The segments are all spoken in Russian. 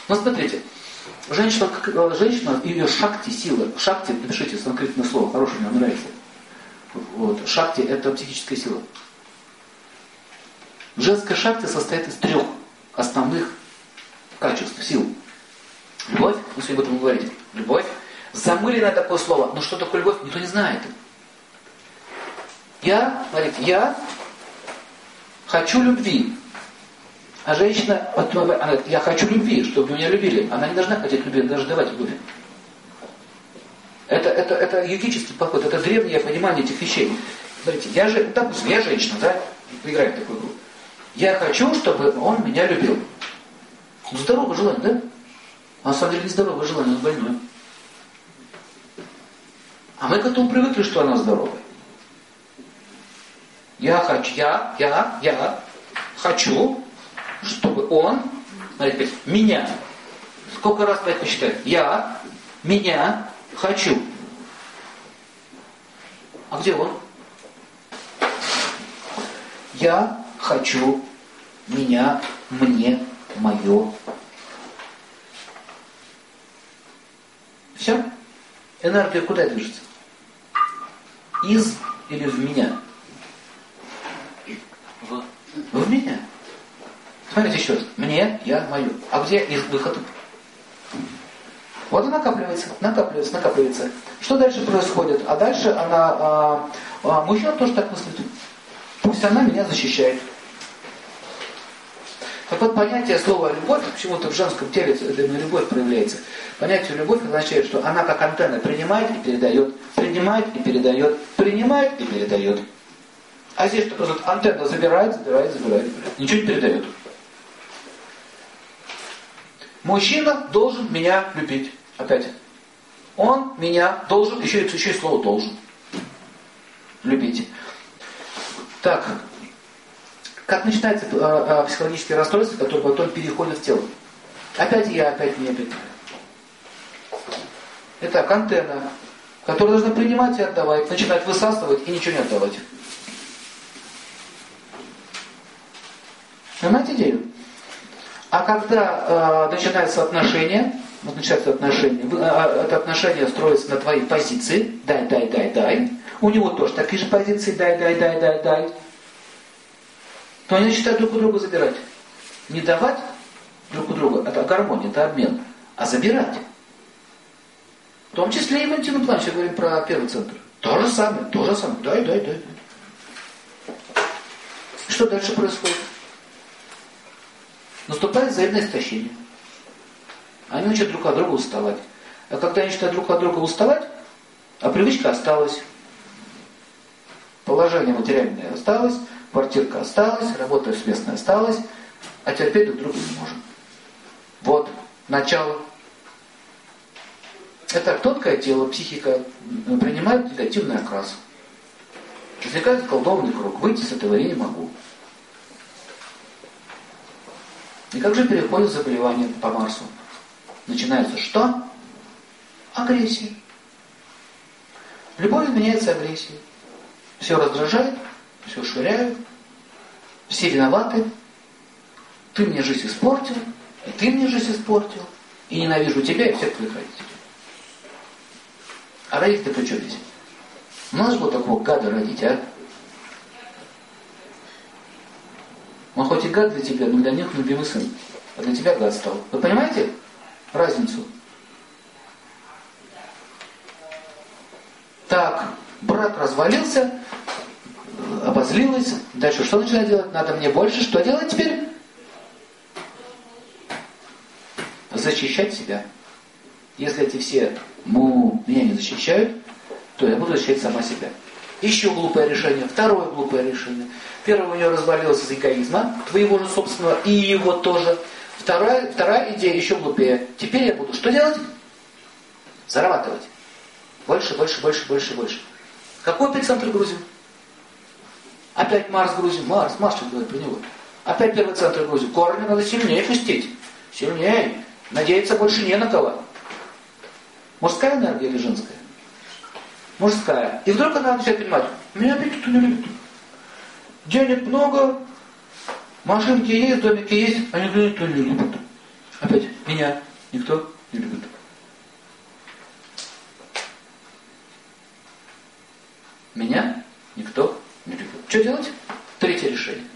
Но смотрите, женщина и ее шакти, сила. Шакти, напишите санскритное слово, хорошее, мне нравится. Вот. Шакти — это психическая сила. Женская шакти состоит из 3 основных качеств, сил. Любовь, вы сегодня об этом говорите. Любовь. Замыленное такое слово. Но что такое любовь, никто не знает. Смотрите, я хочу любви. А женщина, она говорит, я хочу любви, чтобы меня любили. Она не должна хотеть любви, она должна давать любовь. Это йогический подход, это древнее понимание этих вещей. Смотрите, допустим, я женщина, да, играю в такую игру. Я хочу, чтобы он меня любил. Здоровое желание, да? А на самом деле не здоровое желание, он больной. А мы к этому привыкли, что она здоровая. Я хочу, чтобы он, смотрите, меня. Сколько раз опять посчитать? Меня хочу. А где он? Я хочу меня, мне, мое. Все? Энергия куда движется? Из или в меня? В меня. Смотрите еще раз. Мне, я, мое. А где из выхода? Вот она накапливается. Что дальше происходит? А дальше мужчина тоже так мыслит. Пусть она меня защищает. Так вот, понятие слова «любовь», почему-то в женском теле любовь проявляется. Понятие «любовь» означает, что она как антенна принимает и передает, принимает и передает, принимает и передает. А здесь что происходит? Антенна забирает. Ничего не передает. Мужчина должен меня любить. Опять. Он меня должен, еще и слово «должен». Любить. Так. Как начинается психологические расстройства, которые потом переходят в тело? Опять я, опять не, опять. Итак, антенна, которая должна принимать и отдавать, начинать высасывать и ничего не отдавать. Понимаете идею? А когда начинается отношение, это отношение строится на твоей позиции, дай, у него тоже такие же позиции, дай, то они начинают друг у друга забирать. Не давать друг у друга, это гармония, это обмен, а забирать. В том числе и в интимном плане, сейчас говорим про первый центр. То же самое, дай. Что дальше происходит? Наступает взаимное истощение. Они начинают друг от друга уставать. А когда они начинают друг от друга уставать, а привычка осталась, положение материальное осталось, квартирка осталась, работа местная осталась, а терпеть друг друга не можем. Вот, начало. Это тонкое тело, психика принимает негативный окрас. Возникает заколдованный круг. Выйти с этого я не могу. И как же переходит заболевание по Марсу? Начинается что? Агрессия. Любовь меняется агрессией. Все раздражает, все швыряют, все виноваты. Ты мне жизнь испортил, и ты мне жизнь испортил, и ненавижу тебя и всех твоих родителей. А родители-то при чем здесь? Надо же было такого гада родить, а? Он хоть и гад для тебя, но для них любимый сын. А для тебя гад стал. Вы понимаете разницу? Так, брак развалился, обозлилась. Дальше что начинает делать? Надо мне больше. Что делать теперь? Защищать себя. Если эти все меня не защищают, то я буду защищать сама себя. Еще глупое решение. Второе глупое решение. Первое у нее развалилось из эгоизма, твоего же собственного, и его тоже. Вторая идея еще глупее. Теперь я буду что делать? Зарабатывать. Больше. Какой эпицентр грузим? Опять Марс грузим. Марс, что говорит про него? Опять первый центр грузим. Корни надо сильнее пустить. Сильнее. Надеяться больше не на кого. Мужская энергия или женская? Мужская. И вдруг она начинает понимать, меня опять никто не любит. Денег много, машинки есть, домики есть, а никто не любит. Опять, меня никто не любит. Меня никто не любит. Что делать? Третье решение.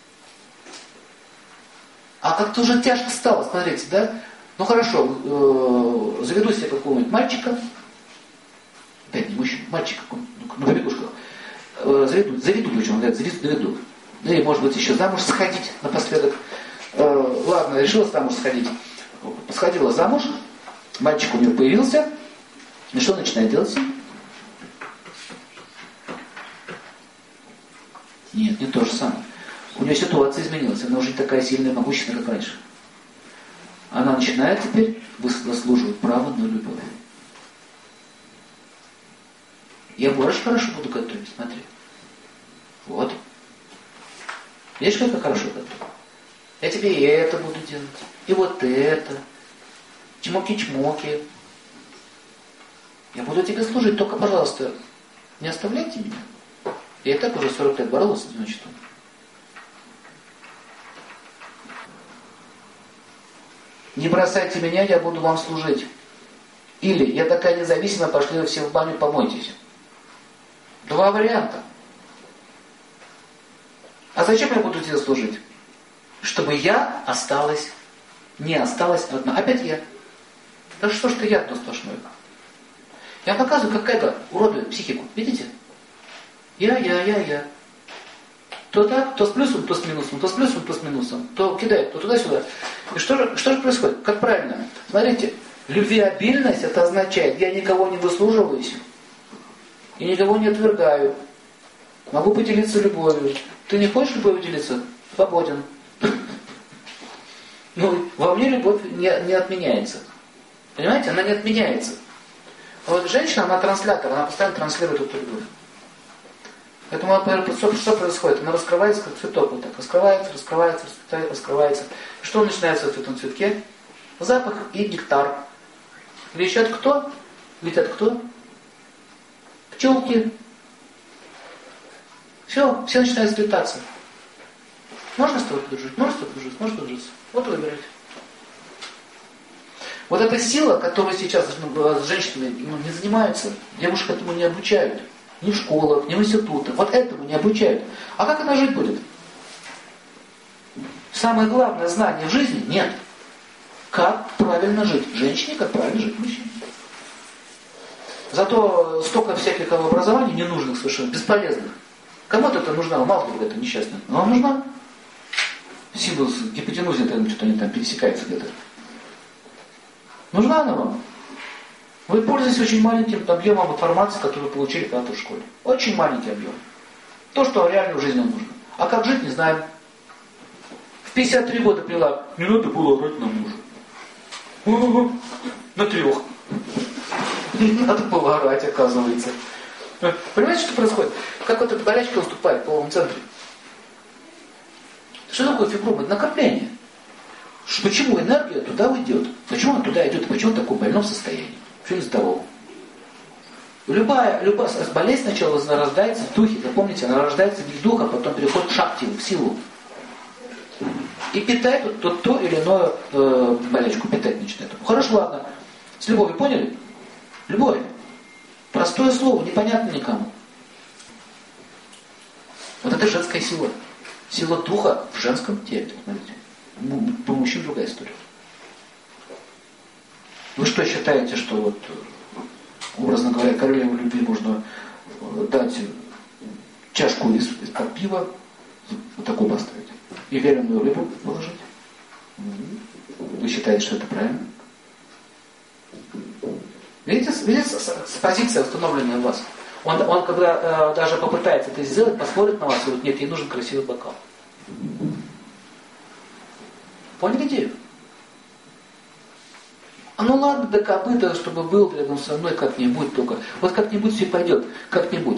А как-то уже тяжко стало, смотрите, да? Ну хорошо, заведу себе какого-нибудь мальчика, опять не мужчина, мальчик какой-нибудь, на побегушках, заведу, причем, заведу. Ну и может быть еще замуж сходить напоследок. Ладно, решила замуж сходить. Сходила замуж, мальчик у нее появился, и что начинает делать? Нет, не то же самое. У нее ситуация изменилась, она уже не такая сильная и могущественная, как раньше. Она начинает теперь заслуживать права на любовь. Я борщ хорошо буду готовить, смотри. Вот. Видишь, как я хорошо готовлю? Я тебе и это буду делать, и вот это. Чмоки-чмоки. Я буду тебе служить, только, пожалуйста, не оставляйте меня. Я и так уже 40 лет боролась с одиночеством. Не бросайте меня, я буду вам служить. Или я такая независимая, пошли вы все в баню, помойтесь. Два варианта. А зачем я буду тебе служить? Чтобы я не осталась одна. Опять я. Да что ж ты я одно сплошное? Я показываю, как это уродует психику. Видите? Я. То так, то с плюсом, то с минусом, то с плюсом, то с минусом. То кидает, то туда-сюда. И что же происходит? Как правильно? Смотрите, любвеобильность это означает, я никого не выслуживаюсь. И никого не отвергаю. Могу поделиться любовью. Ты не хочешь любовью делиться? Свободен. Ну, во мне любовь не отменяется. Понимаете? Она не отменяется. А вот женщина, она транслятор, она постоянно транслирует эту любовь. Поэтому что происходит? Она раскрывается, как цветок, вот так. Раскрывается. И что начинается в этом цветке? Запах и нектар. Летят кто? Пчелки. Все начинают сплетаться. Можно с тобой подружить? Можно подружиться. Вот выбирать. Вот эта сила, которой сейчас с женщинами не занимаются, девушек этому не обучают. Ни в школах, ни в институтах. Вот этому не обучают. А как она жить будет? Самое главное знание в жизни нет. Как правильно жить женщине, как правильно жить мужчине. Зато столько всяких образований ненужных совершенно, бесполезных. Кому-то это нужна, мало ли это несчастная. Но вам нужна. Синус гипотенузы, что-то они там пересекаются где-то. Нужна она вам? Вы пользуетесь очень маленьким объемом информации, которую получили когда-то в школе. Очень маленький объем. То, что реально в жизни нужно. А как жить, не знаем. В 53 года поняла, не надо было орать на мужа. На 3. Не надо было орать, оказывается. Понимаете, что происходит? Как вот эта болячка наступает в половом центре? Что такое фибром? Это накопление. Почему энергия туда уйдет? Почему она туда идет? И почему в таком больном состоянии? Почему не здоровом? Любая болезнь сначала рождается в духе. Запомните, она рождается в духа, потом переходит в шакти, в силу. И питает то или иное болячку. Питать начинает. Хорошо, ладно. С любовью поняли? Любовь. Простое слово, непонятно никому. Вот это женская сила. Сила духа в женском теле. Смотрите. По мужчин другая история. Вы что считаете, что вот, образно говоря, королеву любви можно дать чашку из-под пива, вот такую поставить, и вяленую рыбу положить? Вы считаете, что это правильно? Видите, позиция, установленная у вас. Он когда даже попытается это сделать, посмотрит на вас и говорит, нет, ей нужен красивый бокал. Поняли идею? Ну ладно, до копыта, чтобы был рядом со мной как-нибудь только. Вот как-нибудь все пойдет, как-нибудь.